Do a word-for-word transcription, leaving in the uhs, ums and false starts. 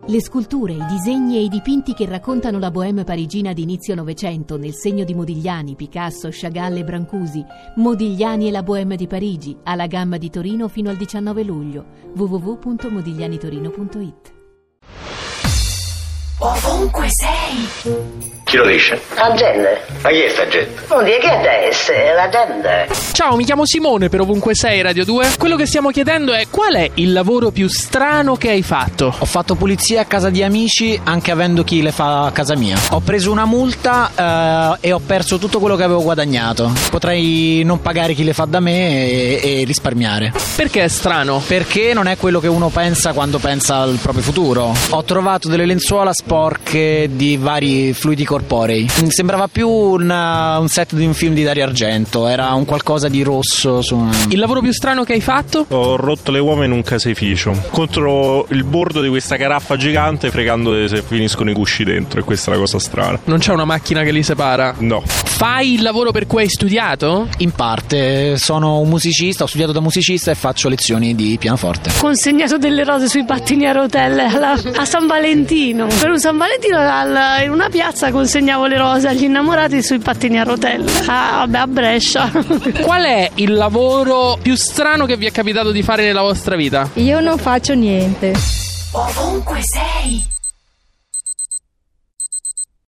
Le sculture, i disegni e i dipinti che raccontano la bohème parigina di inizio Novecento nel segno di Modigliani, Picasso, Chagall e Brancusi. Modigliani e la bohème di Parigi, alla Gamma di Torino fino al diciannove luglio. w w w punto modiglianitorino punto it. Ovunque sei. Chi lo dice? La gente. Ma chi è sta gente? Non dire che è essere, la gente. Ciao, mi chiamo Simone per Ovunque Sei Radio due. Quello che stiamo chiedendo è: qual è il lavoro più strano che hai fatto? Ho fatto pulizia a casa di amici anche avendo chi le fa a casa mia. Ho preso una multa eh, e ho perso tutto quello che avevo guadagnato. Potrei non pagare chi le fa da me e, e risparmiare. Perché è strano? Perché non è quello che uno pensa quando pensa al proprio futuro. Ho trovato delle lenzuola sporche di vari fluidi corporei. Mi sembrava più una, un set di un film di Dario Argento. Era un qualcosa di rosso su una... Il lavoro più strano che hai fatto? Ho rotto le uova in un caseificio contro il bordo di questa caraffa gigante, fregando se finiscono i cusci dentro, e questa è la cosa strana. Non c'è una macchina che li separa? No. Fai il lavoro per cui hai studiato? In parte, sono un musicista, ho studiato da musicista e faccio lezioni di pianoforte. Ho consegnato delle rose sui pattini a rotelle alla, a San Valentino. Per un San Valentino al, in una piazza consegnavo le rose agli innamorati sui pattini a rotelle. Ah, vabbè, a Brescia. Qual è il lavoro più strano che vi è capitato di fare nella vostra vita? Io non faccio niente. Ovunque sei.